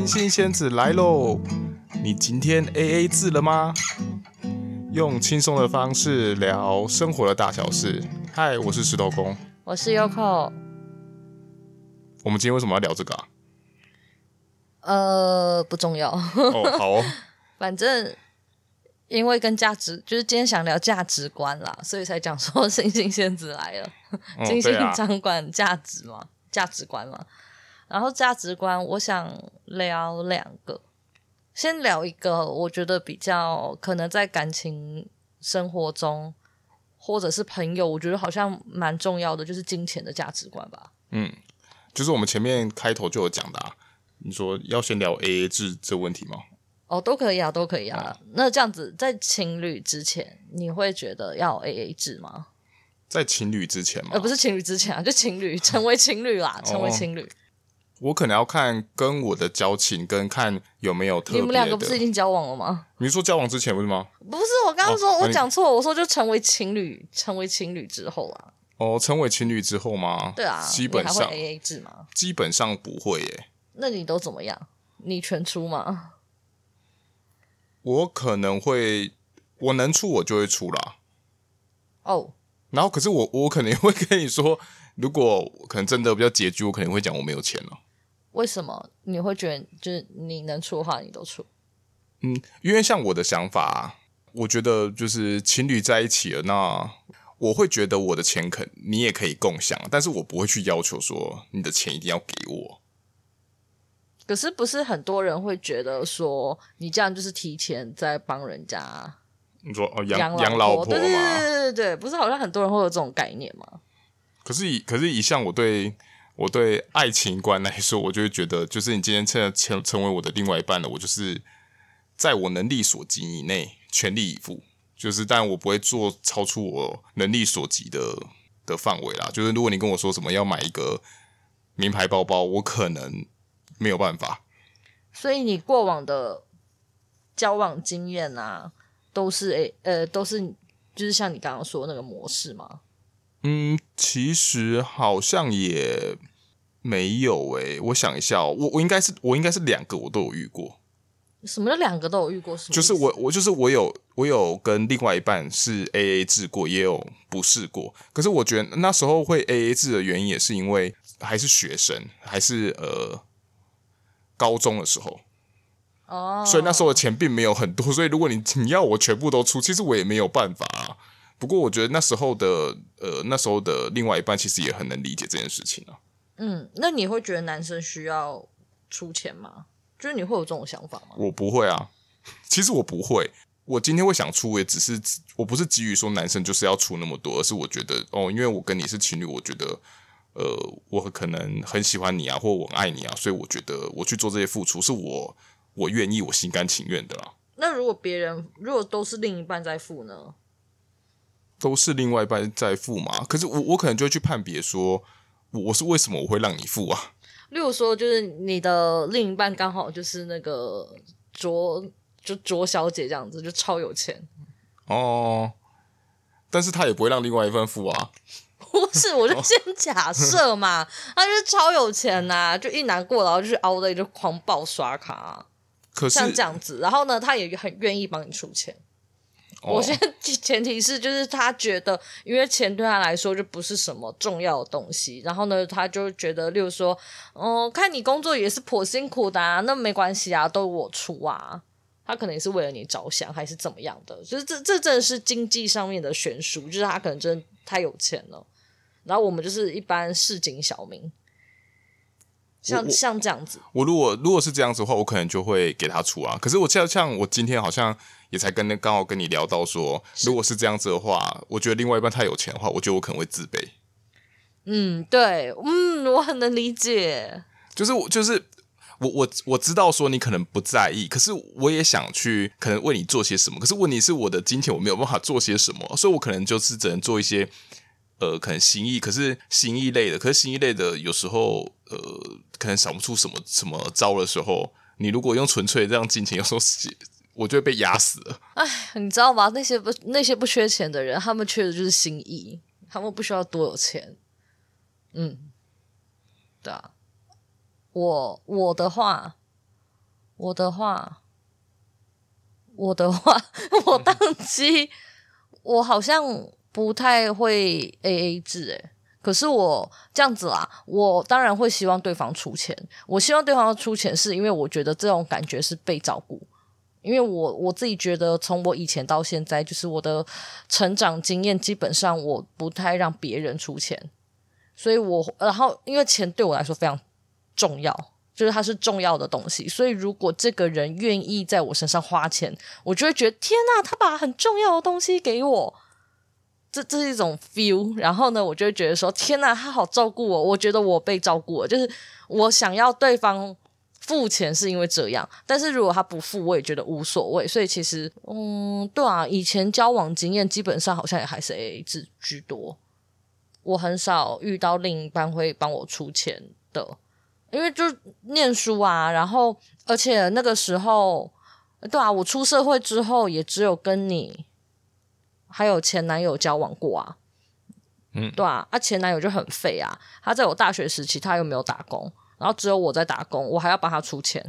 星星仙子来喽！你今天 AA 制了吗？用轻松的方式聊生活的大小事。嗨，我是石头公， 我是 Yoko。 我们今天为什么要聊这个不重要。 哦，好哦。 反正因为跟价值，就是今天想聊价值观啦，所以才讲说星星仙子来了，金星掌管价值嘛，价值观嘛。然后价值观，我想聊两个。先聊一个，我觉得比较可能在感情生活中，或者是朋友，我觉得好像蛮重要的，就是金钱的价值观吧。 就是我们前面开头就有讲的你说要先聊 AA 制这问题吗？ 哦，都可以啊，都可以啊。那这样子，在情侣之前，你会觉得要 AA 制吗？ 在情侣之前吗？ 不是情侣之前啊，就情侣，成为情侣啦，成为情侣。 我可能要看跟我的交情，跟看有没有特别的。 你们两个不是已经交往了吗？ 你说交往之前不是吗？ 不是，我刚刚说我讲错，我说就成为情侣，成为情侣之后啊。 哦，成为情侣之后吗？ 对啊， 基本上你还会 AA 制吗？ 基本上不会耶。 那你都怎么样？你全出吗？ 我可能会，我能出我就会出啦。 哦， 然后可是我可能会跟你说，如果可能真的比较拮据，我可能会讲我没有钱了。 为什么你会觉得就是你能出的话你都出？ 因为像我的想法，我觉得就是情侣在一起了，那我会觉得我的钱你也可以共享，但是我不会去要求说你的钱一定要给我。 可是不是很多人会觉得说你这样就是提前在帮人家你说养老婆嘛？ 对，不是好像很多人会有这种概念吗？ 可是以像我对爱情观来说，我就会觉得，就是你今天成为我的另外一半了，我就是在我能力所及以内全力以赴，就是但我不会做超出我能力所及的范围啦。就是如果你跟我说什么要买一个名牌包包，我可能没有办法。 所以你过往的交往经验啊，都是就是像你刚刚说的那个模式吗？ 其实好像也没有我想一下我应该是两个我都有遇过。 什么叫两个都有遇过？ 就是我有跟另外一半是 AA 制过，也有不是过。可是我觉得那时候会 AA 制的原因也是因为还是学生，还是高中的时候。所以那时候的钱并没有很多，所以如果你要我全部都出，其实我也没有办法啊。不过我觉得那时候的另外一半其实也很能理解这件事情啊。 那你会觉得男生需要出钱吗？就是你会有这种想法吗？ 我不会啊，其实我不会。我今天会想出，也只是我不是基于说男生就是要出那么多，而是我觉得因为我跟你是情侣，我觉得我可能很喜欢你啊，或我很爱你啊，所以我觉得我去做这些付出是我愿意，我心甘情愿的啦。 那如果都是另一半在付呢？ 都是另外一半在付嘛？可是我可能就会去判别说，我是为什么我会让你付啊？ 例如说，就是你的另一半刚好就是那个卓小姐这样子，就超有钱哦，但是他也不会让另外一半付啊。 不是，我就先假设嘛，他就是超有钱呐，就一拿过然后就去凹的就狂暴刷卡可是像这样子，然后呢，他也很愿意帮你出钱。我前提是就是他觉得，因为钱对他来说就不是什么重要的东西，然后呢，他就觉得，例如说，看你工作也是颇辛苦的啊，那没关系啊，都我出啊。他可能也是为了你着想，还是怎么样的？就是这真的是经济上面的悬殊，就是他可能真的太有钱了，然后我们就是一般市井小民。像这样子， 我如果是这样子的话，我可能就会给他出啊。可是像我今天好像也才刚好跟你聊到说，如果是这样子的话，我觉得另外一半太有钱的话，我觉得我可能会自卑。 对，我很能理解。 就是我知道说你可能不在意，可是我也想去可能为你做些什么。可是问题是我的金钱我没有办法做些什么，所以我可能就是只能做一些可能心意，可是心意类的有时候可能想不出什么招的时候，你如果用纯粹这样金钱，有时候我就会被压死了。 你知道吗？那些不缺钱的人，他们缺的就是心意，他们不需要多有钱。对啊，我的话， 我的话，我当机，我好像不太会 AA 制可是我这样子啦，我当然会希望对方出钱。我希望对方出钱，是因为我觉得这种感觉是被照顾。因为我自己觉得，从我以前到现在，就是我的成长经验，基本上我不太让别人出钱，所以然后因为钱对我来说非常重要，就是它是重要的东西，所以如果这个人愿意在我身上花钱，我就会觉得天哪，他把很重要的东西给我。这是一种 feel， 然后呢，我就会觉得说，天哪，他好照顾我，我觉得我被照顾了，就是我想要对方付钱是因为这样，但是如果他不付，我也觉得无所谓。所以其实，对啊，以前交往经验基本上好像也还是 AA 制居多，我很少遇到另一半会帮我出钱的，因为就念书啊，然后而且那个时候，对啊，我出社会之后也只有跟你。还有前男友交往过啊，对啊，前男友就很废啊，他在我大学时期他又没有打工，然后只有我在打工，我还要帮他出钱。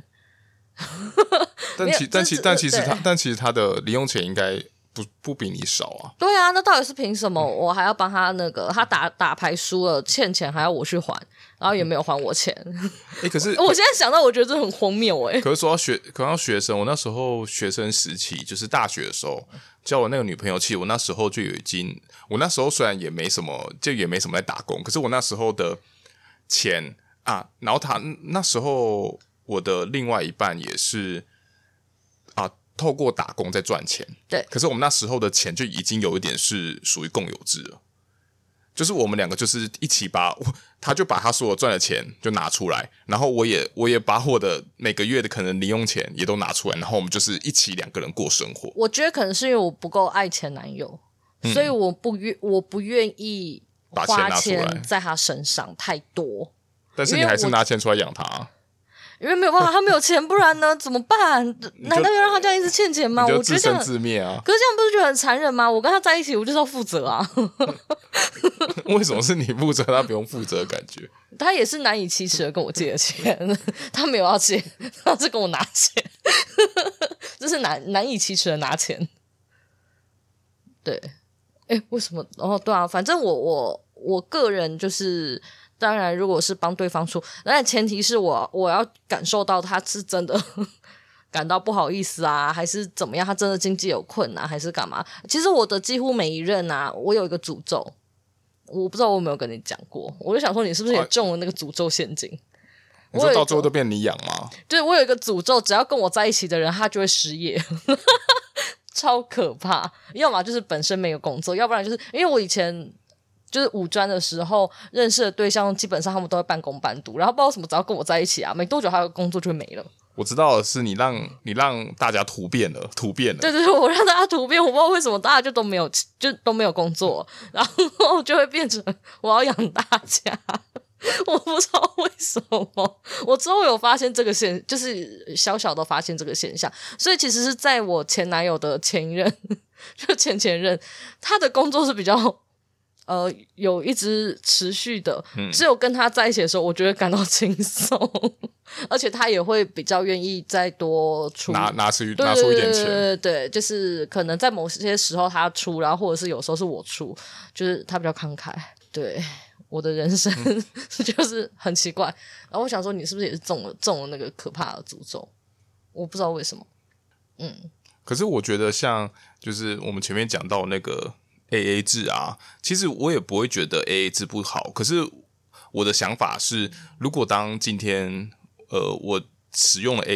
但其实他的零用钱应该不比你少啊。 对啊，那到底是凭什么我还要帮他他打牌输了欠钱还要我去还，然后也没有还我钱。 可是我现在想到我觉得这很荒谬可是说到学生，我那时候学生时期就是大学的时候交我那个女朋友，其实我那时候就我那时候虽然也没什么在打工，可是我那时候的钱啊，然后那时候我的另外一半也是透过打工在赚钱， 对。 可是我们那时候的钱就已经有一点是属于共有制了，就是我们两个就是一起他就把他所有赚的钱就拿出来，然后我也把我的每个月的可能零用钱也都拿出来，然后我们就是一起两个人过生活。 我觉得可能是因为我不够爱前男友，所以我不愿意花钱在他身上太多。 但是你还是拿钱出来养他因为没有办法，他没有钱，不然呢怎么办？难道要让他这样一直欠钱吗？ 你就自生自灭啊！ 可是这样不是觉得很残忍吗？我跟他在一起，我就是要负责啊。 为什么是你负责，他不用负责的感觉？ 他也是难以启齿的跟我借钱，他没有要借，他是跟我拿钱，这是难以启齿的拿钱。对，为什么？对啊，反正我个人就是。当然如果是帮对方出，但前提是我要感受到他是真的感到不好意思啊，还是怎么样，他真的经济有困难还是干嘛。其实我的几乎每一任啊，我有一个诅咒，我不知道我有没有跟你讲过，我就想说你是不是也中了那个诅咒陷阱。 你说到最后都变你养吗？ 对，我有一个诅咒，只要跟我在一起的人他就会失业。超可怕，要么就是本身没有工作，要不然就是因为我以前就是五专的时候认识的对象，基本上他们都会半工半读，然后不知道为什么只要跟我在一起啊，没多久他的工作就会没了。 我知道的是你让大家突变了。 对，我让大家突变，我不知道为什么大家就都没有工作，然后就会变成我要养大家。我不知道为什么，我之后有发现这个就是小小的发现这个现象，所以其实是在我前男友的前一任，就前任，他的工作是比较。有一直持续的，只有跟他在一起的时候，我觉得感到轻松，而且他也会比较愿意再多出拿出一点钱， 对，就是可能在某些时候他出，然后或者是有时候是我出，就是他比较慷慨。对，我的人生就是很奇怪。然后我想说，你是不是也是中了那个可怕的诅咒？我不知道为什么。 可是我觉得像就是我们前面讲到那个。AA 制啊，其实我也不会觉得 AA 制不好，可是我的想法是，如果当今天我使用了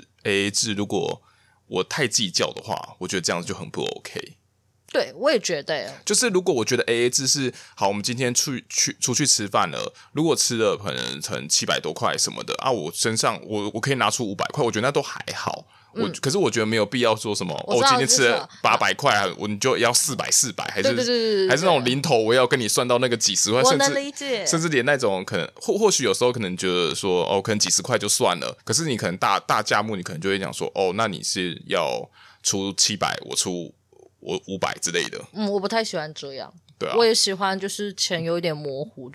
AA 制，如果我太计较的话，我觉得这样子就很不 OK。 对，我也觉得， 就是如果我觉得 AA 制是好，我们今天出去吃饭了，如果吃了可能700多块什么的啊，我身上我可以拿出500块，我觉得那都还好。可是我觉得没有必要说什么今天吃了800块，你就要400，还是对还是那种零头，我要跟你算到那个几十块， 我能理解， 甚至连那种可能或许有时候可能觉得说可能几十块就算了，可是你可能大价目，你可能就会讲说那你是要出700，我出500之类的。 我不太喜欢这样。 对啊， 我也喜欢就是钱有一点模糊，就是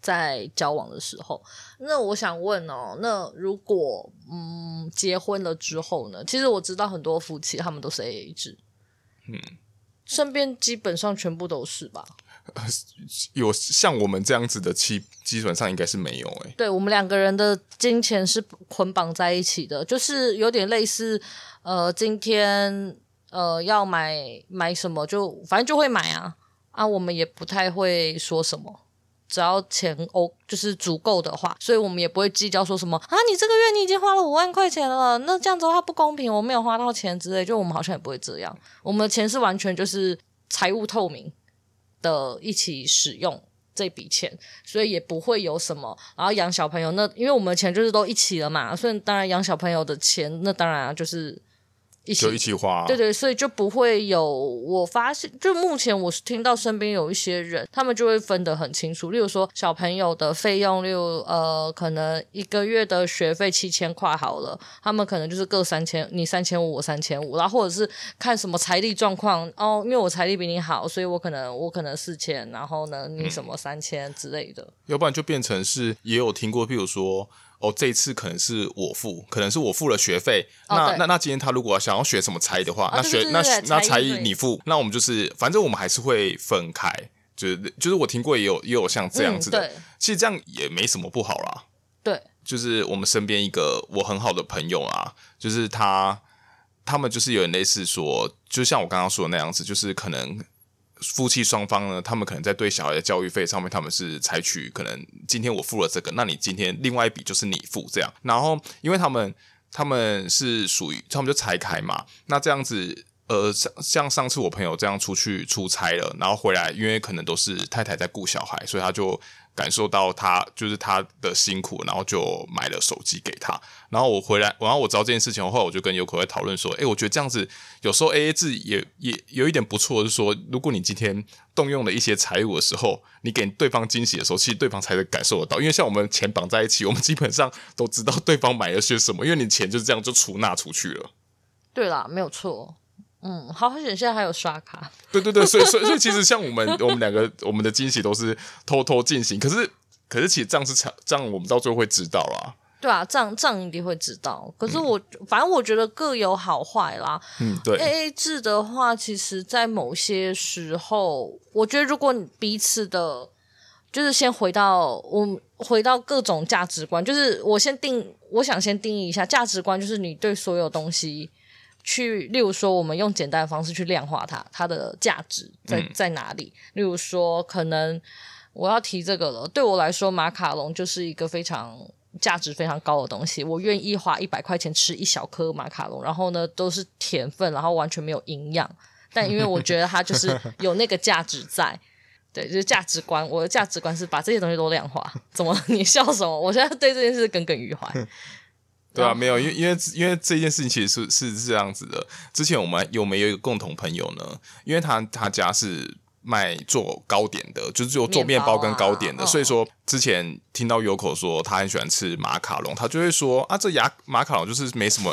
在交往的时候。那我想问哦，那如果结婚了之后呢？其实我知道很多夫妻他们都是 AA 制，身边基本上全部都是吧。 有像我们这样子的基本上应该是没有对，我们两个人的金钱是捆绑在一起的，就是有点类似今天要买什么就反正就会买啊，我们也不太会说什么，只要钱就是足够的话，所以我们也不会计较说什么啊，你这个月你已经花了5万块钱了，那这样子的话不公平，我没有花到钱之类，就我们好像也不会这样，我们的钱是完全就是财务透明的一起使用这笔钱，所以也不会有什么，然后养小朋友那因为我们的钱就是都一起了嘛，所以当然养小朋友的钱那当然就是一起花对，所以就不会有，我发现就目前我是听到身边有一些人他们就会分得很清楚，例如说小朋友的费用，例如可能1个月的学费7000块好了，他们可能就是各3000，你3500我3500，然后或者是看什么财力状况因为我财力比你好，所以我可能4000，然后呢你什么3000之类的， 要不然就变成是也有听过，譬如说这一次可能是我付，可能是我付了学费，那今天他如果想要学什么才艺的话，那才艺你付，那我们就是反正我们还是会分开，就是我听过也有像这样子的，其实这样也没什么不好啦。 对， 就是我们身边一个我很好的朋友啊，就是他们就是有点类似说，就像我刚刚说的那样子，就是可能夫妻双方呢，他们可能在对小孩的教育费上面，他们是采取可能今天我付了这个，那你今天另外一笔就是你付这样。然后因为他们是属于他们就拆开嘛，那这样子像上次我朋友这样出去出差了，然后回来，因为可能都是太太在顾小孩，所以他就感受到他的辛苦，然后就买了手机给他。然后我回来，然后我知道这件事情后来我就跟Yoko在讨论说，我觉得这样子有时候 AA 制也有一点不错，就是说如果你今天动用了一些财物的时候，你给对方惊喜的时候，其实对方才能感受得到。因为像我们钱绑在一起，我们基本上都知道对方买了些什么，因为你钱就这样就出纳出去了。对啦，没有错。好险现在还有刷卡。 对，所以其实像我们两个，我们的惊喜都是偷偷进行，可是其实这样我们到最后会知道啦。 对啊，这样一定会知道。可是反正我觉得各有好坏啦。 对。 AA 制的话，其实在某些时候，我觉得如果你彼此的，就是先回到各种价值观，就是我想先定义一下价值观，就是你对所有东西。例如说我们用简单的方式去量化它的价值在哪里，例如说可能我要提这个了，对我来说马卡龙就是一个价值非常高的东西，我愿意花100块钱吃一小颗马卡龙，然后呢都是甜分，然后完全没有营养，但因为我觉得它就是有那个价值在对，就是价值观，我的价值观是把这些东西都量化。怎么你笑什么？我现在对这件事耿耿于怀。 对啊，没有，因为这件事情其实是这样子的。之前我们有一个共同朋友呢，因为他家是做糕点的，就是做面包跟糕点的，所以说之前听到Yoko说他很喜欢吃马卡龙，他就会说这马卡龙就是没什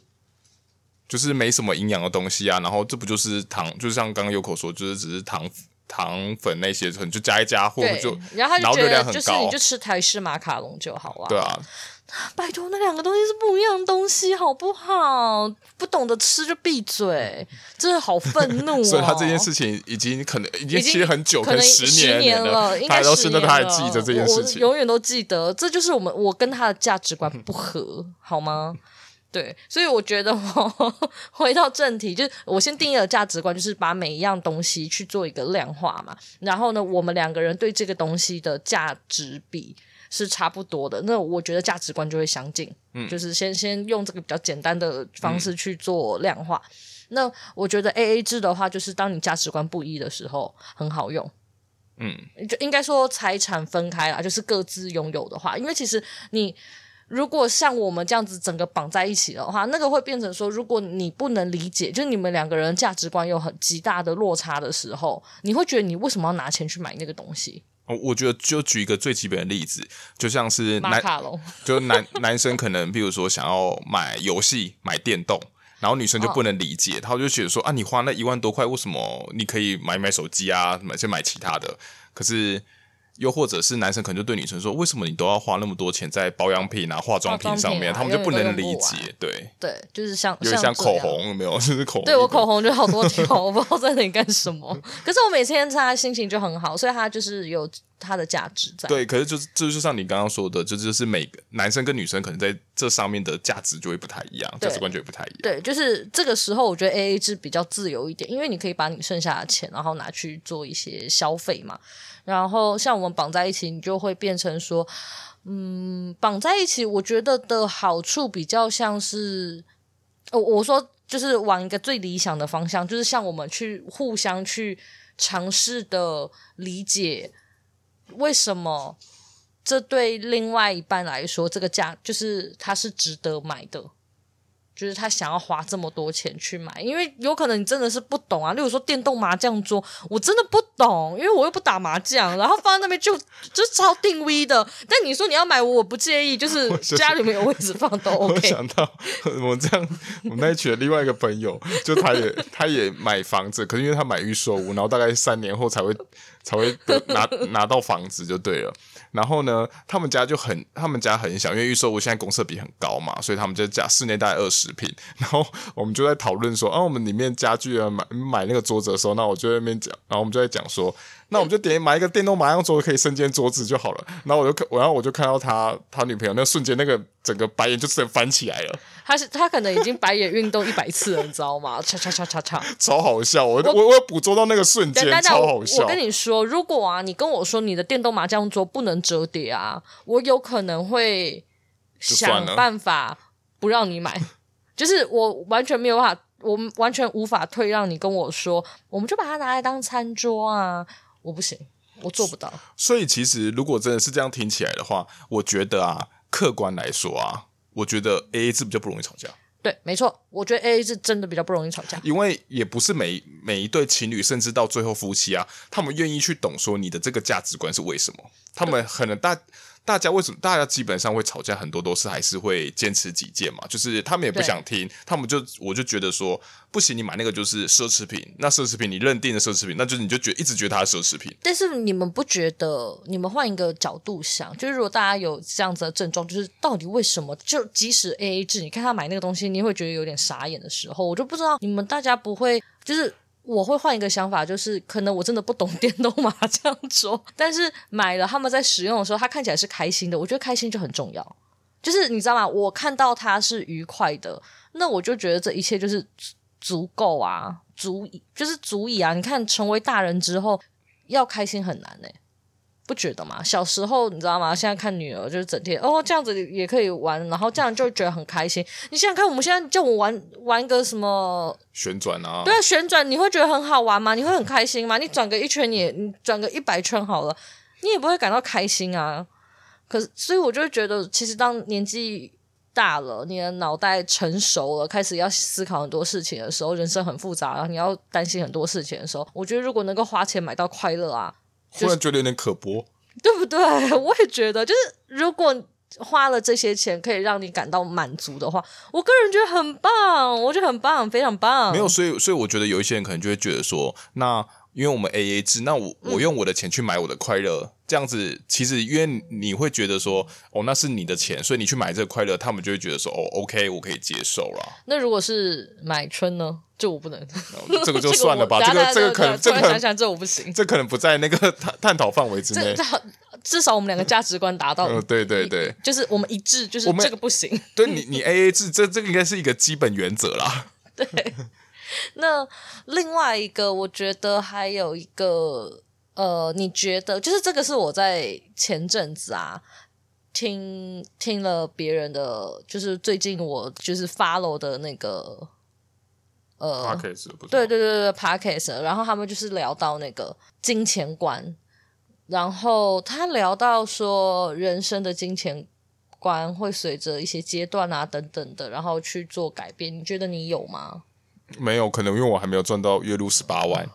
么营养的东西啊，然后这不就是糖，就是像刚刚Yoko说，就是只是糖粉那些，就加一加，或者然后他就觉得就是你就吃台式马卡龙就好啊。 对啊。 拜托，那两个东西是不一样的东西，好不好？不懂得吃就闭嘴，真的好愤怒所以他这件事情已经其实很久，可能10年了，应该10年了。 他还记得这件事情， 我永远都记得。这就是我跟他的价值观不合，好吗？对，所以我觉得回到正题，就是我先定义了价值观，就是把每一样东西去做一个量化嘛。然后呢，我们两个人对这个东西的价值比是差不多的，那我觉得价值观就会相近。就是先用这个比较简单的方式去做量化。那我觉得 AA 制的话，就是当你价值观不一的时候，很好用。就应该说财产分开啦，就是各自拥有的话，因为其实你如果像我们这样子整个绑在一起的话，那个会变成说，如果你不能理解，就是你们两个人价值观有很极大的落差的时候，你会觉得你为什么要拿钱去买那个东西？ 我觉得就举一个最基本的例子，就像是马卡龙， 就男生可能比如说想要买游戏、买电动，然后女生就不能理解，她就觉得说你花那1万多块，为什么你可以买手机啊，先买其他的？可是又或者是男生可能就对女生说，为什么你都要花那么多钱在保养品啊、化妆品上面，他们就不能理解。对， 就是像有点像口红，有没有？就是口红。 对，我口红就好多条，我不知道在那里干什么。可是我每天擦，他心情就很好，所以他就是有它的价值在。 对，可是就像你刚刚说的，就是每个男生跟女生可能在这上面的价值就会不太一样，价值观就会不太一样。 对，就是这个时候，我觉得 AA 制比较自由一点，因为你可以把你剩下的钱，然后拿去做一些消费嘛。然后像我们绑在一起，你就会变成说，绑在一起，我觉得的好处比较像是，我说就是往一个最理想的方向，就是像我们去互相去尝试的理解，为什么这对另外一半来说，这个价就是它是值得买的。就是他想要花这么多钱去买，因为有可能你真的是不懂啊。例如说电动麻将桌，我真的不懂，因为我又不打麻将，然后放在那边就超定位的。但你说你要买我不介意，就是家里面有位置放都 OK。 我想到我那一群的另外一个朋友，就他也买房子，可是因为他买预售屋，然后大概3年后才会拿到房子就对了。然后呢，他们家很小，因为预售屋现在公设比很高嘛，所以他们就家室内大概20平。然后我们就在讨论说，我们里面家具啊买那个桌子的时候，那我就在那边讲，然后我们就在讲说，那我们就买一个电动麻将桌可以身兼桌子就好了。然后我就看到他女朋友那瞬间那个整个白眼就真的翻起来了。 他可能已经白眼运动100次了，你知道吗？叉叉叉叉叉， 超好笑！我有捕捉到那个瞬间，超好笑。 我跟你说，如果你跟我说你的电动麻将桌不能折叠啊，我有可能会想办法不让你买。就是我完全没有办法，我完全无法退让你跟我说，我们就把它拿来当餐桌啊，我不行，我做不到。 所以其实如果真的是这样听起来的话，我觉得客观来说我觉得 AA 制比较不容易吵架。 对，没错，我觉得 AA 制真的比较不容易吵架， 因为也不是每一对情侣，甚至到最后夫妻他们愿意去懂说你的这个价值观是为什么。他们可能大家为什么大家基本上会吵架，很多都是还是会坚持己见嘛，就是他们也不想听，我就觉得说不行，你买那个就是奢侈品，那奢侈品你认定的奢侈品，那就是你就一直觉得它是奢侈品。 但是你们不觉得，你们换一个角度想，就是如果大家有这样子的症状，就是到底为什么就即使 AA 制，你看他买那个东西，你会觉得有点傻眼的时候，我就不知道你们大家不会就是我会换一个想法，就是可能我真的不懂电动麻将桌，但是买了他们在使用的时候，他看起来是开心的，我觉得开心就很重要。就是你知道吗？我看到他是愉快的，那我就觉得这一切就是足够啊，足以啊。你看，成为大人之后要开心很难不觉得吗？小时候你知道吗？现在看女儿就是整天这样子也可以玩，然后这样就觉得很开心。你想想看，我们现在叫我玩个什么旋转啊？ 对啊，旋转你会觉得很好玩吗？你会很开心吗？你转个1圈你转个100圈好了，你也不会感到开心啊。可是，所以我就会觉得，其实当年纪大了，你的脑袋成熟了，开始要思考很多事情的时候，人生很复杂，然后你要担心很多事情的时候，我觉得如果能够花钱买到快乐忽然觉得有点可播， 对不对？我也觉得，就是如果花了这些钱可以让你感到满足的话，我个人觉得很棒，我觉得很棒，非常棒。 没有，所以我觉得有一些人可能就会觉得说，那因为我们 AA 制，那我用我的钱去买我的快乐，这样子其实因为你会觉得说，那是你的钱，所以你去买这个快乐，他们就会觉得说OK， 我可以接受啦。 那如果是买春呢？就我不能， 这个就算了吧。这个可能， 想想这我不行， 这可能不在那个探讨范围之内。 至少我们2个价值观达到， 对对对， 就是我们一致，就是这个不行。 对你 AA 制，这个应该是一个基本原则啦。 对，那另外一个，我觉得还有一个，你觉得就是这个是我在前阵子听了别人的，就是最近我就是 follow 的那个。 Podcast 对 Podcast， 然后他们就是聊到那个金钱观，然后他聊到说人生的金钱观会随着一些阶段等等的，然后去做改变。你觉得你有吗？ 没有，可能因为我还没有赚到月入18万。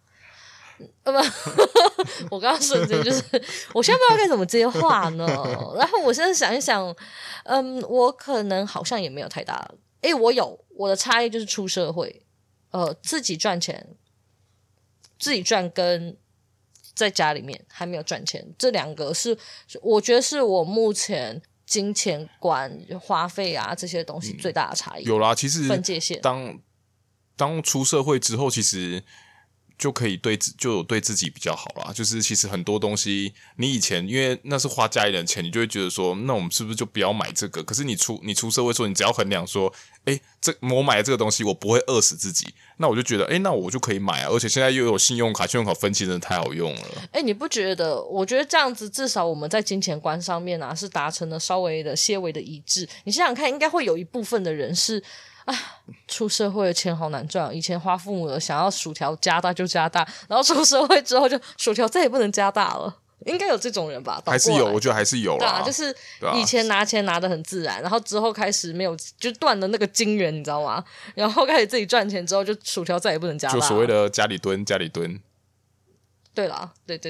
我刚刚瞬间就是，我现在不知道该怎么接话呢。然后我现在想一想，我可能好像也没有太大。我的差异就是出社会，自己赚钱，自己赚跟在家里面还没有赚钱，这2个是我觉得是我目前金钱观、花费啊这些东西最大的差异。 有啦，其实分界线。 当出社会之后，其实就可以就有对自己比较好啦。就是其实很多东西，你以前因为那是花家里人的钱，你就会觉得说，那我们是不是就不要买这个？可是你出社会说，你只要衡量说，我买的这个东西我不会饿死自己，那我就觉得，那我就可以买啊。而且现在又有信用卡分期真的太好用了。 你不觉得？我觉得这样子至少我们在金钱观上面啊是达成了稍微的些微的一致。你想想看，应该会有一部分的人是。出社会的钱好难赚，以前花父母的想要薯条加大就加大，然后出社会之后就薯条再也不能加大了，应该有这种人吧？ 还是有，我觉得还是有啦。 对啊，就是以前拿钱拿得很自然，然后之后开始没有，就断了那个金源，你知道吗？然后开始自己赚钱之后，就薯条再也不能加大了， 就所谓的家里蹲。 对啦，对。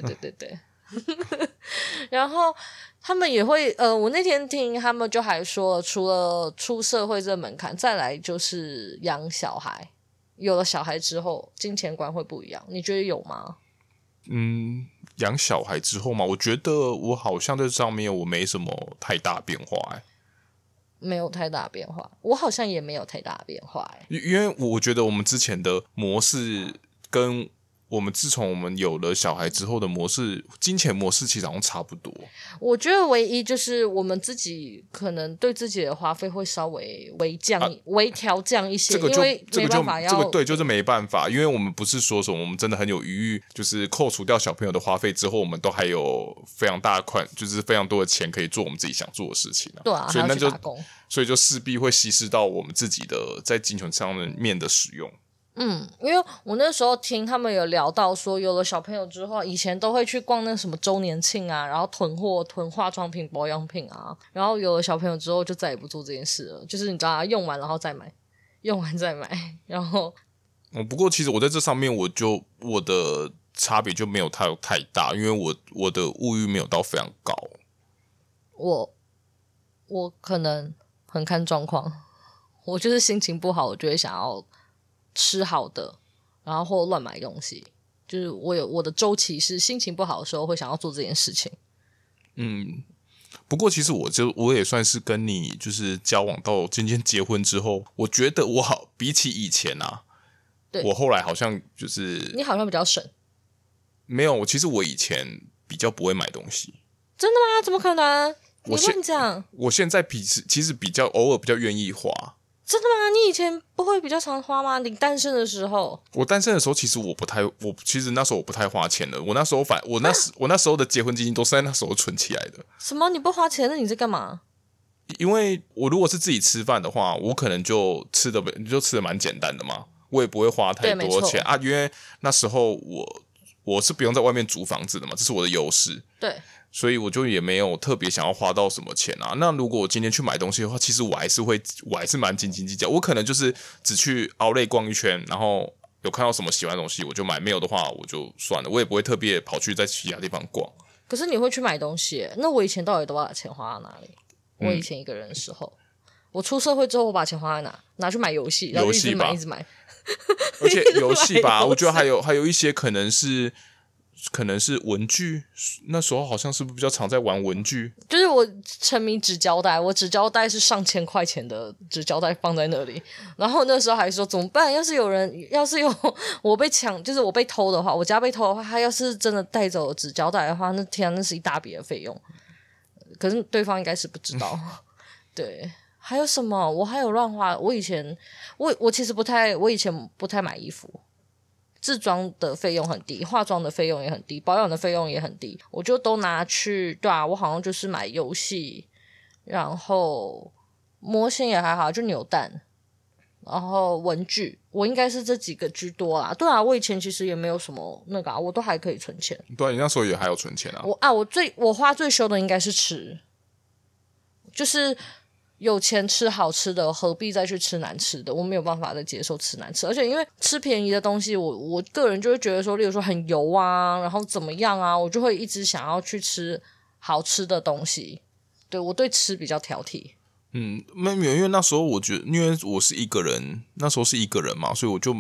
然后他们也会我那天听他们就还说，除了出社会这门槛，再来就是养小孩。有了小孩之后，金钱观会不一样，你觉得有吗？ 养小孩之后嘛，我觉得我好像在上面我没什么太大变化。 没有太大变化，我好像也没有太大变化。 因为我觉得我们之前的模式跟自从我们有了小孩之后的模式，金钱模式其实好像差不多。 我觉得唯一就是我们自己可能对自己的花费会稍微微调降一些，因为没办法就是没办法，因为我们不是说什么我们真的很有余裕，就是扣除掉小朋友的花费之后，我们都还有非常大款，就是非常多的钱可以做我们自己想做的事情对啊， 所以那就还要去打工， 所以就势必会稀释到我们自己的在金钱上面的使用。 因为我那时候听他们有聊到说，有了小朋友之后，以前都会去逛那什么周年庆啊，然后囤化妆品、保养品啊，然后有了小朋友之后，就再也不做这件事了。就是你知道用完然后再买，用完再买，然后不过其实我在这上面，我的差别就没有太大，因为我的物欲没有到非常高。 我可能很看状况，我就是心情不好，我就会想要吃好的，然后或乱买东西，就是我的周期是心情不好的时候会想要做这件事情。 不过其实我也算是跟你就是交往到今天结婚之后，我觉得比起以前啊，我后来好像就是你好像比较省。 没有，其实我以前比较不会买东西。 真的吗？怎么可能？你乱讲！ 我现在其实偶尔比较愿意花。 真的吗？你以前不会比较常花吗？你单身的时候？ 我单身的时候，其实其实那时候我不太花钱了。我那时候的结婚基金都是在那时候存起来的。 什么？你不花钱？那你在干嘛？ 因为我如果是自己吃饭的话，我可能就吃的蛮简单的嘛，我也不会花太多钱啊。因为那时候我是不用在外面租房子的嘛，这是我的优势。 对。 所以我就也没有特别想要花到什么钱啊。那如果我今天去买东西的话，其实我还是蛮斤斤计较。我可能就是只去outlet逛一圈，然后有看到什么喜欢的东西我就买，没有的话我就算了，我也不会特别跑去在其他地方逛。 可是你会去买东西耶，那我以前到底都把钱花到哪里？我以前一个人的时候，我出社会之后，我把钱花在拿去买游戏，然后一直买。 而且游戏吧，我觉得还有一些可能是文具，那时候好像是不是比较常在玩文具？就是我沉迷纸胶带，我纸胶带是上千块钱的纸胶带放在那里，然后那时候还说怎么办？要是有我被抢，就是我被偷的话，我家被偷的话，他要是真的带走纸胶带的话，那天啊，那是一大笔的费用。可是对方应该是不知道。对，还有什么？我还有乱花。我以前我其实我以前不太买衣服。自装的费用很低，化妆的费用也很低，保养的费用也很低，我就都拿去，对啊，我好像就是买游戏，然后模型也还好，就扭蛋，然后文具，我应该是这几个居多啦。对啊，我以前其实也没有什么那个我都还可以存钱。 对啊，你那时候也还有存钱啊。 我花最凶的应该是吃，就是有钱吃好吃的，何必再去吃难吃的？我没有办法再接受吃难吃，而且因为吃便宜的东西，我个人就会觉得说，例如说很油啊，然后怎么样啊，我就会一直想要去吃好吃的东西。对，我对吃比较挑剔。 没有，因为那时候我觉得，因为我是一个人，那时候是一个人嘛，所以我就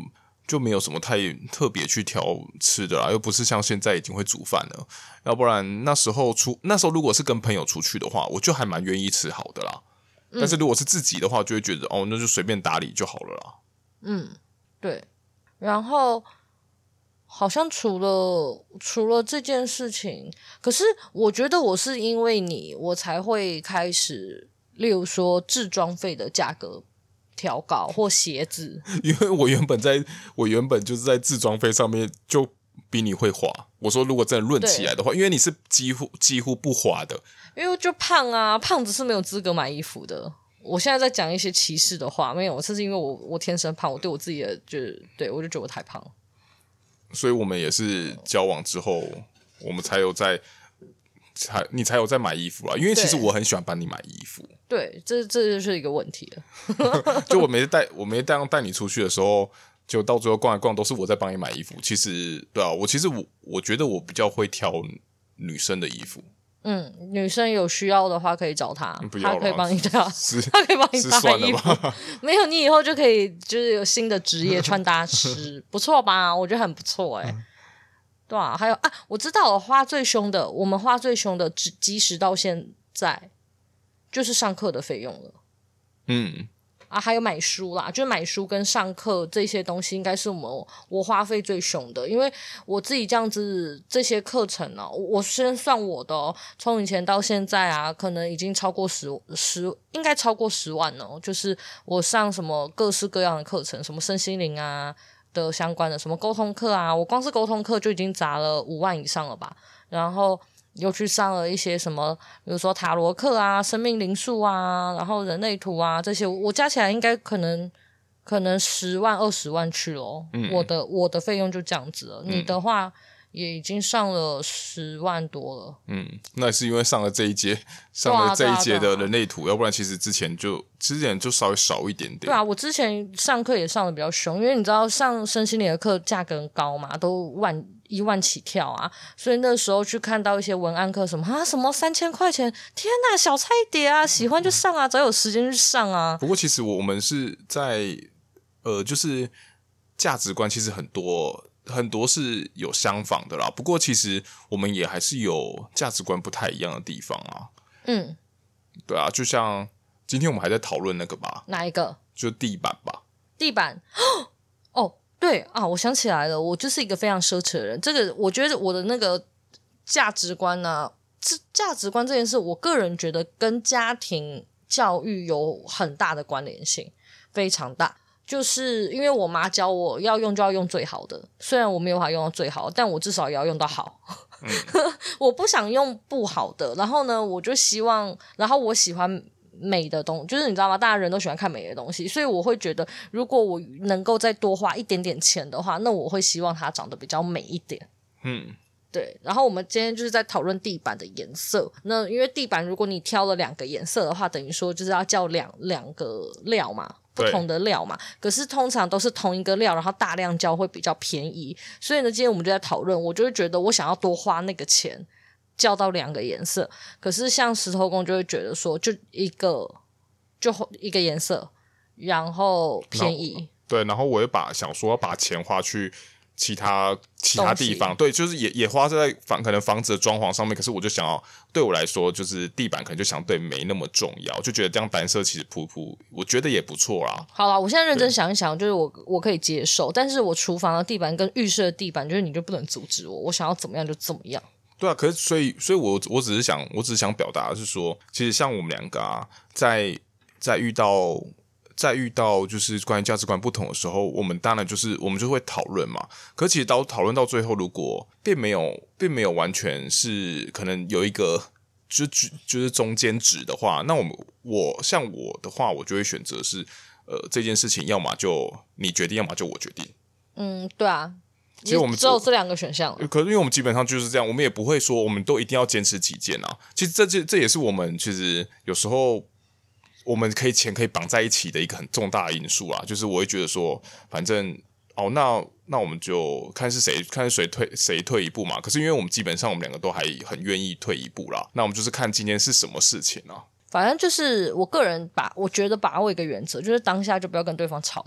就没有什么太特别去挑吃的啦，又不是像现在已经会煮饭了。要不然那时候如果是跟朋友出去的话，我就还蛮愿意吃好的啦。但是如果是自己的话，就会觉得那就随便打理就好了啦。 对。然后好像除了这件事情，可是我觉得我是因为你，我才会开始，例如说置装费的价格调高或鞋子， 因为我原本就是在置装费上面就比你会花。我说如果真的论起来的话，因为你是几乎不花的， 因为就胖啊，胖子是没有资格买衣服的。我现在在讲一些歧视的话，没有，这是因为我天生胖，我对我自己的对我就觉得我太胖了。 所以我们也是交往之后，我们你才有在买衣服啦。因为其实我很喜欢帮你买衣服。 对，这就是一个问题了。 就我每次带你出去的时候，就到最后逛来逛都是我在帮你买衣服。其实对啊，我觉得我比较会挑女生的衣服。 女生有需要的话可以找他，他可以帮你挑，他可以帮你搭衣服。没有，你以后就可以就是有新的职业穿搭师，不错吧？我觉得很不错对啊，还有我知道了，我们花最凶的，即使到现在就是上课的费用了。还有买书啦，就是买书跟上课这些东西，应该是我花费最凶的，因为我自己这样子这些课程我先算我的从以前到现在可能已经超过应该超过10万了。就是我上什么各式各样的课程，什么身心灵的相关的，什么沟通课我光是沟通课就已经砸了5万以上了吧，然后又去上了一些什么，比如说塔罗课生命灵数然后人类图这些，我加起来应该可能10万20万去咯。我的费用就这样子了。你的话也已经上了10万多了。 那也是因为上了这一节的人类图，要不然其实之前就稍微少一点点。 对啊，我之前上课也上的比较凶，因为你知道上身心灵的课价格很高嘛，都1万起跳所以那时候去看到一些文案课什么3000块钱，天哪，小菜碟喜欢就上早有时间去上不过其实我们是在就是价值观其实很多是有相仿的啦，不过其实我们也还是有价值观不太一样的地方对啊，就像今天我们还在讨论那个吧， 哪一个？ 就地板吧。 地板对我想起来了，我就是一个非常奢侈的人。这个我觉得我的那个价值观价值观这件事，我个人觉得跟家庭教育有很大的关联性，非常大。就是因为我妈教我要用就要用最好的，虽然我没有办法用到最好，但我至少也要用到好。我不想用不好的，然后呢，我就希望，然后我喜欢美的东西，就是你知道吗？大家人都喜欢看美的东西，所以我会觉得，如果我能够再多花一点点钱的话，那我会希望它长得比较美一点。对。然后我们今天就是在讨论地板的颜色。那因为地板，如果你挑了2个颜色的话，等于说就是要叫两个料嘛，不同的料嘛。可是通常都是同一个料，然后大量叫会比较便宜。所以呢，今天我们就在讨论，我就会觉得我想要多花那个钱。叫到2个颜色，可是像石头公就会觉得说，就一个颜色，然后便宜。 对，然后我也想说要把钱花去其他地方，对，就是也花在可能房子的装潢上面。可是我就想要，对我来说，就是地板可能就相对没那么重要，就觉得这样单色其实铺，我觉得也不错啦。 好啦，我现在认真想一想，就是我可以接受，但是我厨房的地板跟浴室的地板，就是你就不能阻止我想要怎么样就怎么样。 对啊，可是所以我只是想表达的是说，其实像我们2个在遇到就是关于价值观不同的时候，我们当然我们就会讨论嘛。可是其实讨论到最后，如果并没有完全是可能有一个就是中间值的话，那像我的话，我就会选择是这件事情要么就你决定，要么就我决定。 对啊。 其实我们只有这2个选项了。 可是因为我们基本上就是这样，我们也不会说我们都一定要坚持己见其实这也是我们其实有时候我们钱可以绑在一起的一个很重大的因素就是我会觉得说，反正那我们就看是谁退一步嘛。可是因为我们基本上我们2个都还很愿意退一步啦，那我们就是看今天是什么事情反正就是我个人我觉得把握一个原则，就是当下就不要跟对方吵了。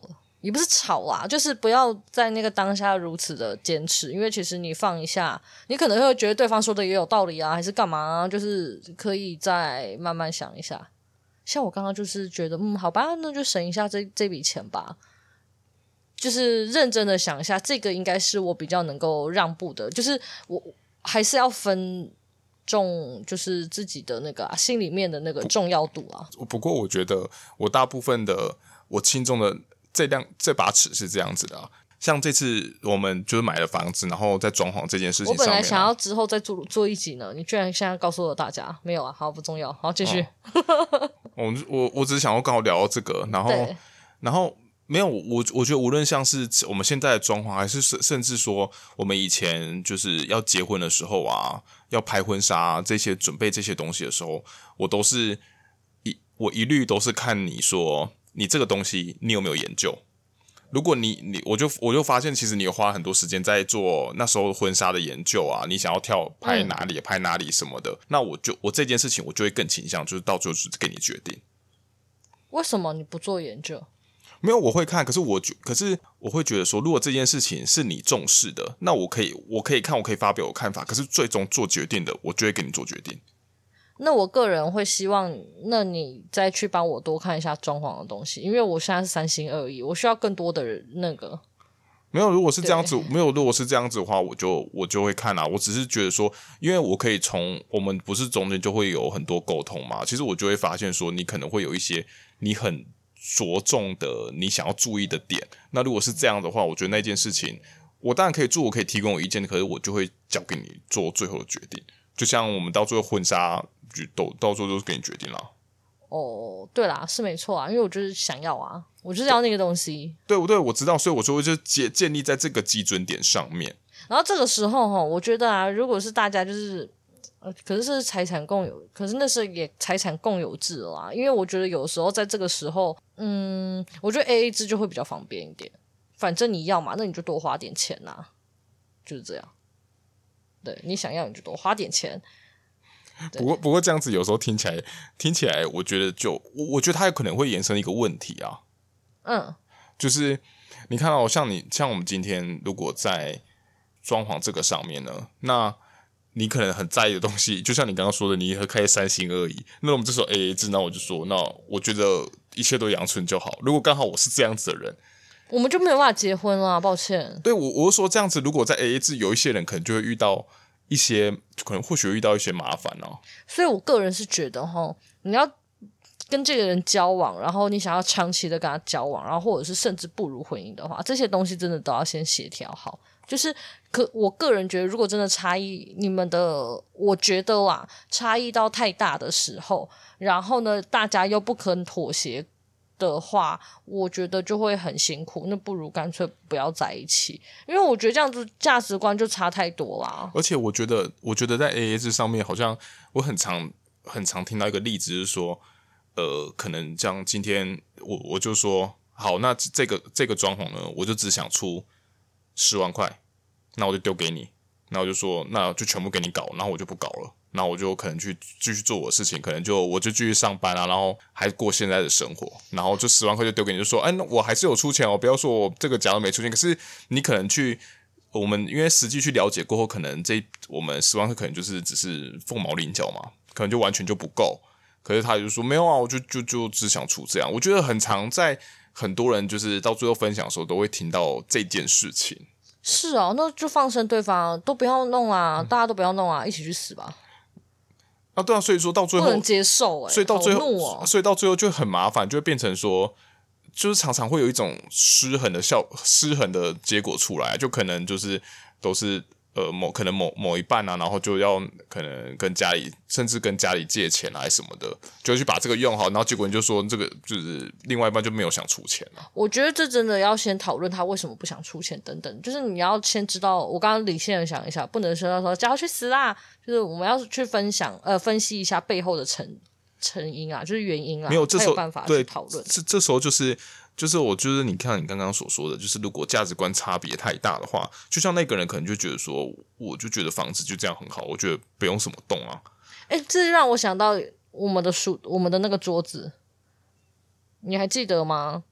也不是吵啦，就是不要在那个当下如此的坚持，因为其实你放一下，你可能会觉得对方说的也有道理啊，还是干嘛啊，就是可以再慢慢想一下。像我刚刚就是觉得，好吧，那就省一下这笔钱吧。就是认真的想一下，这个应该是我比较能够让步的，就是我还是要分重，就是自己的那个心里面的那个重要度啊。 不过我觉得我大部分的我心中的这把尺是这样子的啊。像这次我们就是买了房子，然后在装潢这件事情上面， 我本来想要之后再做一集呢，你居然现在告诉了大家，没有啊？好，不重要，好，继续。 我只是想要刚好聊到这个，然后没有我觉得无论像是我们现在的装潢，还是甚至说我们以前就是要结婚的时候啊，要拍婚纱啊，这些准备这些东西的时候，我一律都是看你说你这个东西你有没有研究。如果我就发现，其实你有花很多时间在做那时候婚纱的研究啊，你想要拍哪里拍哪里什么的，那我这件事情我就会更倾向，就是到最后就是给你决定。 为什么你不做研究？ 没有，我会看，可是我会觉得说，如果这件事情是你重视的，那我可以看，我可以发表我看法，可是最终做决定的，我就会给你做决定。 那我个人会希望，那你再去帮我多看一下装潢的东西，因为我现在是三心二意，我需要更多的那个。 没有，如果是这样子的话，我就会看啦。我只是觉得说，因为我可以我们不是中间就会有很多沟通嘛，其实我就会发现说，你可能会有一些你很着重的你想要注意的点。那如果是这样的话，我觉得那件事情我当然可以做，我可以提供我意见，可是我就会交给你做最后的决定。就像我们到最后婚纱就到最后都是给你决定了。 哦，对啦，是没错啊，因为我就是想要啊，我就是要那个东西。 对，我知道，所以我就会建立在这个基准点上面。 然后这个时候我觉得啊，如果是大家就是可是财产共有，可是那是也财产共有制了啦。因为我觉得有时候在这个时候，我觉得 AA 制就会比较方便一点。反正你要嘛，那你就多花点钱啊，就是这样。对，你想要你就多花点钱。 不过这样子有时候听起来，我觉得它有可能会衍生一个问题啊。就是你看到像我们今天如果在装潢这个上面呢，那你可能很在意的东西，就像你刚刚说的，你可以三心二意。那我们这时候 AA 制，那我就说，那我觉得一切都阳春就好。如果刚好我是这样子的人， 我们就没有办法结婚啦，抱歉。 对，我是说这样子，如果在 AA 制，有一些人可能就会遇到一些，可能或许会遇到一些麻烦哦。 所以我个人是觉得你要跟这个人交往，然后你想要长期的跟他交往，然后或者是甚至步入婚姻的话，这些东西真的都要先协调好。就是我个人觉得，如果真的差异你们的，我觉得啦，差异到太大的时候，然后呢，大家又不肯妥协的话，我觉得就会很辛苦，那不如干脆不要在一起，因为我觉得这样子价值观就差太多啦。 而且我觉得在 AA 制上面，好像我很常听到一个例子，就是说，可能像今天我就说，好，那这个装潢呢，我就只想出10万块，那我就丢给你，那我就说，那就全部给你搞，然后我就不搞了。那我就可能去继续做我的事情，可能我就继续上班啊，然后还过现在的生活，然后就10万块就丢给你，就说，那我还是有出钱哦，不要说我这个假如没出钱，可是你可能我们因为实际去了解过后，可能我们10万块可能就是只是凤毛麟角嘛，可能就完全就不够。可是他就说没有啊，我就只想出这样。我觉得很常在很多人就是到最后分享的时候，都会听到这件事情。 是啊，那就放生对方，都不要弄啊，大家都不要弄啊，一起去死吧。 啊，对啊，所以说到最后不能接受所以到最后， 好怒哦， 所以到最后就很麻烦，就会变成说，就是常常会有一种失衡的结果出来，就可能就是都是可能某一半啊，然后就要可能跟家里甚至跟家里借钱啊什么的，就去把这个用好，然后结果你就说这个就是另外一半就没有想出钱了。 我觉得这真的要先讨论他为什么不想出钱等等，就是你要先知道，我刚刚理性的想一下，不能说叫他去死啦，就是我们要去分析一下背后的成因啊，就是原因啊， 没有这时候才有办法去讨论。 这时候就是我就是你看你刚刚所说的，就是如果价值观差别太大的话，就像那个人可能就觉得说，我就觉得房子就这样很好，我觉得不用什么动啊。 这让我想到我们的那个桌子，你还记得吗？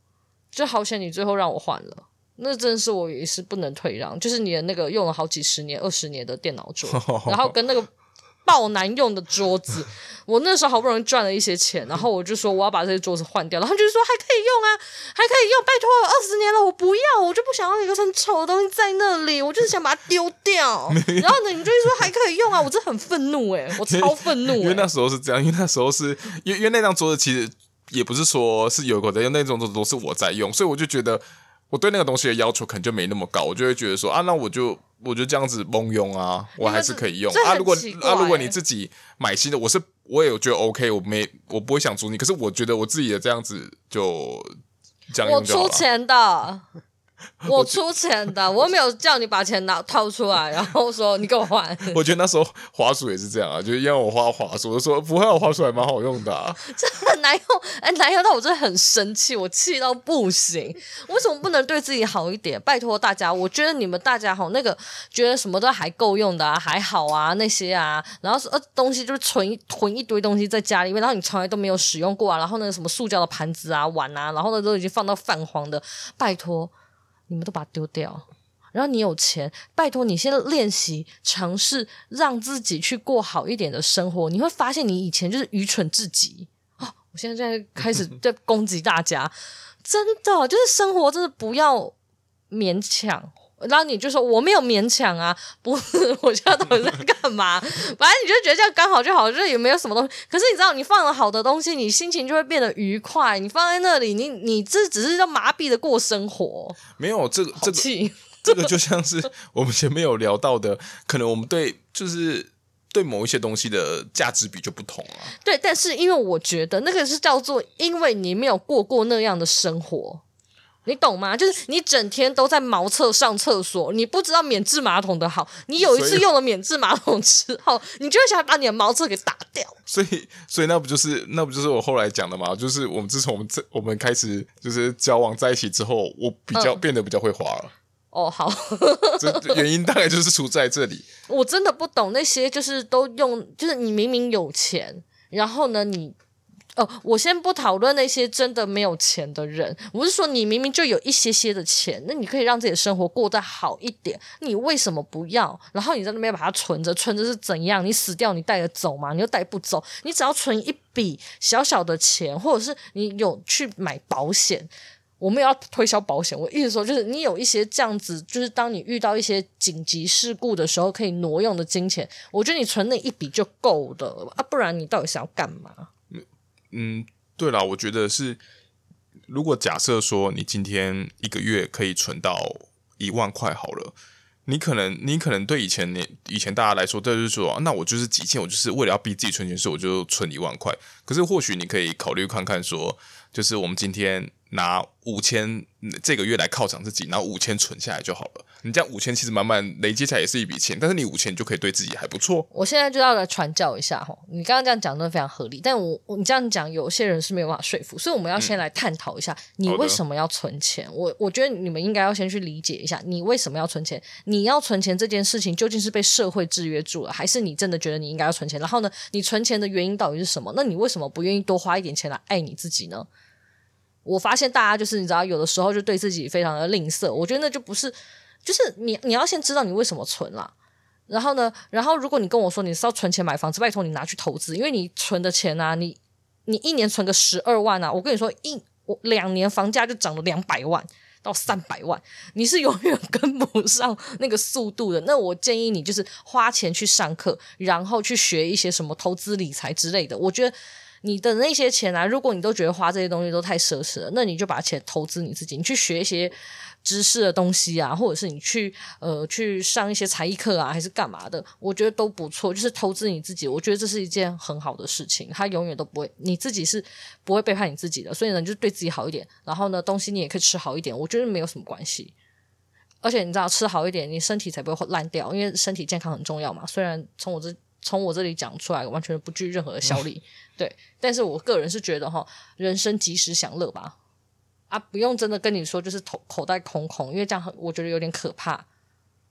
就好险你最后让我换了。那真的是我也是不能退让，就是你的那个用了好几十年、20年的电脑桌，然后跟那个爆难用的桌子，我那时候好不容易赚了一些钱，然后我就说我要把这些桌子换掉，然后就是说还可以用啊，还可以用，拜托20年了，我不要，我就不想要一个很丑的东西在那里，我就是想把它丢掉。然后呢，你就会说还可以用啊，我真的很愤怒我超愤怒因为那时候是这样，因为那时候是因为那张桌子其实也不是说是有口在用，那种桌子都是我在用，所以我就觉得我对那个东西的要求可能就没那么高，我就会觉得说那我就这样子蒙用啊，我还是可以用啊。如果你自己买新的，我也有觉得 OK， 我不会想阻你，可是我觉得我自己的这样子就这样用就好了。 我出钱的。我出钱的，我没有叫你把钱掏出来，然后说你给我还。 我觉得那时候滑鼠也是这样啊，就是要我花滑鼠，我就说不会，我滑鼠还蛮好用的啊。 这很难用，难用到我真的很生气，我气到不行。为什么不能对自己好一点？拜托大家，我觉得你们大家那个觉得什么都还够用的还好啊那些啊，然后东西就是囤一堆东西在家里面，然后你从来都没有使用过啊，然后那个什么塑胶的盘子啊碗啊，然后呢都已经放到泛黄的，拜托。你们都把它丢掉，然后你有钱，拜托你先练习尝试让自己去过好一点的生活，你会发现你以前就是愚蠢至极我现在开始在攻击大家，真的就是生活真的不要勉强。然后你就说我没有勉强啊，不是，我现在到底在干嘛？反正你就觉得这样刚好就好，就是也没有什么东西。可是你知道，你放了好的东西，你心情就会变得愉快。你放在那里，你这只是要麻痹的过生活。 没有这个就像是我们前面有聊到的，可能我们对某一些东西的价值比就不同啊。 对，但是因为我觉得那个是叫做，因为你没有过那样的生活。你懂吗？就是你整天都在茅厕上厕所，你不知道免治马桶的好，你有一次用了免治马桶之后，你就会想把你的茅厕给打掉。 所以那不就是我后来讲的嘛？就是自从我们开始就是交往在一起之后，我变得比较会滑了。 好， 这原因大概就是出在这里。 我真的不懂那些就是都用，就是你明明有钱，然后呢我先不讨论那些真的没有钱的人，我是说你明明就有一些的钱，那你可以让自己的生活过得好一点，你为什么不要？然后你在那边把它存着是怎样？你死掉你带得走吗？你又带不走，你只要存一笔小小的钱，或者是你有去买保险。我没有要推销保险，我意思说就是你有一些这样子，就是当你遇到一些紧急事故的时候可以挪用的金钱，我觉得你存那一笔就够了啊，不然你到底想要干嘛？ 对啦，我觉得是，如果假设说你今天一个月可以存到1万块好了，你可能对以前大家来说，就是说，那我就是极限，我就是为了要逼自己存钱，所以我就存1万块。可是或许你可以考虑看看说，就是我们今天拿5000这个月来犒赏自己，然后5000存下来就好了。你这样5000其实慢慢累积起来也是一笔钱，但是你5000就可以对自己还不错。 我现在就要来传教一下你刚刚这样讲真的非常合理，但你这样讲有些人是没有办法说服，所以我们要先来探讨一下你为什么要存钱。我觉得你们应该要先去理解一下你为什么要存钱，你要存钱这件事情究竟是被社会制约住了，还是你真的觉得你应该要存钱？然后呢，你存钱的原因到底是什么？那你为什么不愿意多花一点钱来爱你自己呢？我发现大家就是你知道有的时候就对自己非常的吝啬，我觉得那就不是，就是你要先知道你为什么存啦。然后呢，如果你跟我说你是要存钱买房子，拜托你拿去投资，因为你存的钱啊，你一年存个12万啊，我跟你说2年房价就涨了200万到300万，你是永远跟不上那个速度的。那我建议你就是花钱去上课，然后去学一些什么投资理财之类的。我觉得你的那些钱啊，如果你都觉得花这些东西都太奢侈了，那你就把钱投资你自己，你去学一些知识的东西啊，或者是你去上一些才艺课啊，还是干嘛的，我觉得都不错，就是投资你自己，我觉得这是一件很好的事情，它永远都不会，你自己是不会背叛你自己的，所以呢，你就对自己好一点，然后呢，东西你也可以吃好一点，我觉得没有什么关系。而且你知道吃好一点，你身体才不会烂掉，因为身体健康很重要嘛。虽然从我这里讲出来完全不具任何的效力，对，但是我个人是觉得人生及时享乐吧，不用真的跟你说就是口袋空空，因为这样我觉得有点可怕。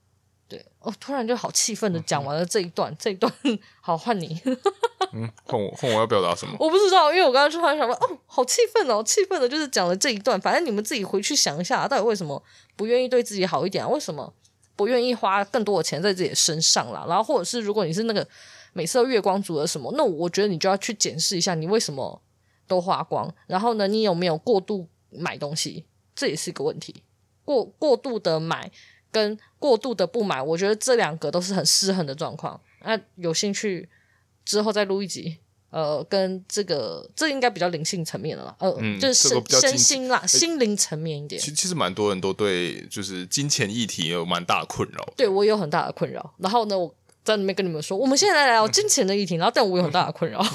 对，突然就好气愤的讲完了这一段，好换你。 换我要表达什么？ 我不知道，因为我刚刚突然想说，好气愤哦，气愤的就是讲了这一段，反正你们自己回去想一下，到底为什么不愿意对自己好一点啊？为什么不愿意花更多的钱在自己的身上啦？然后或者是如果你是那个每次都月光族的什么，那我觉得你就要去检视一下，你为什么都花光，然后呢，你有没有过度买东西，这也是一个问题。过度的买跟过度的不买，我觉得这两个都是很失衡的状况。那有兴趣之后再录一集，跟这应该比较灵性层面的啦，就是身心啦，心灵层面一点。 其实蛮多人都对就是金钱议题有蛮大的困扰。 对，我也有很大的困扰。然后呢，我在那边跟你们说，我们现在来聊金钱的议题，然后但我有很大的困扰。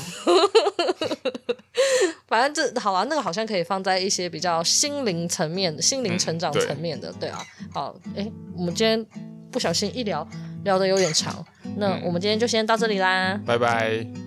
反正好啦，那个好像可以放在一些比较心灵层面的、心灵成长层面的，对啊。好，我们今天不小心聊得有点长，那我们今天就先到这里啦， 拜拜。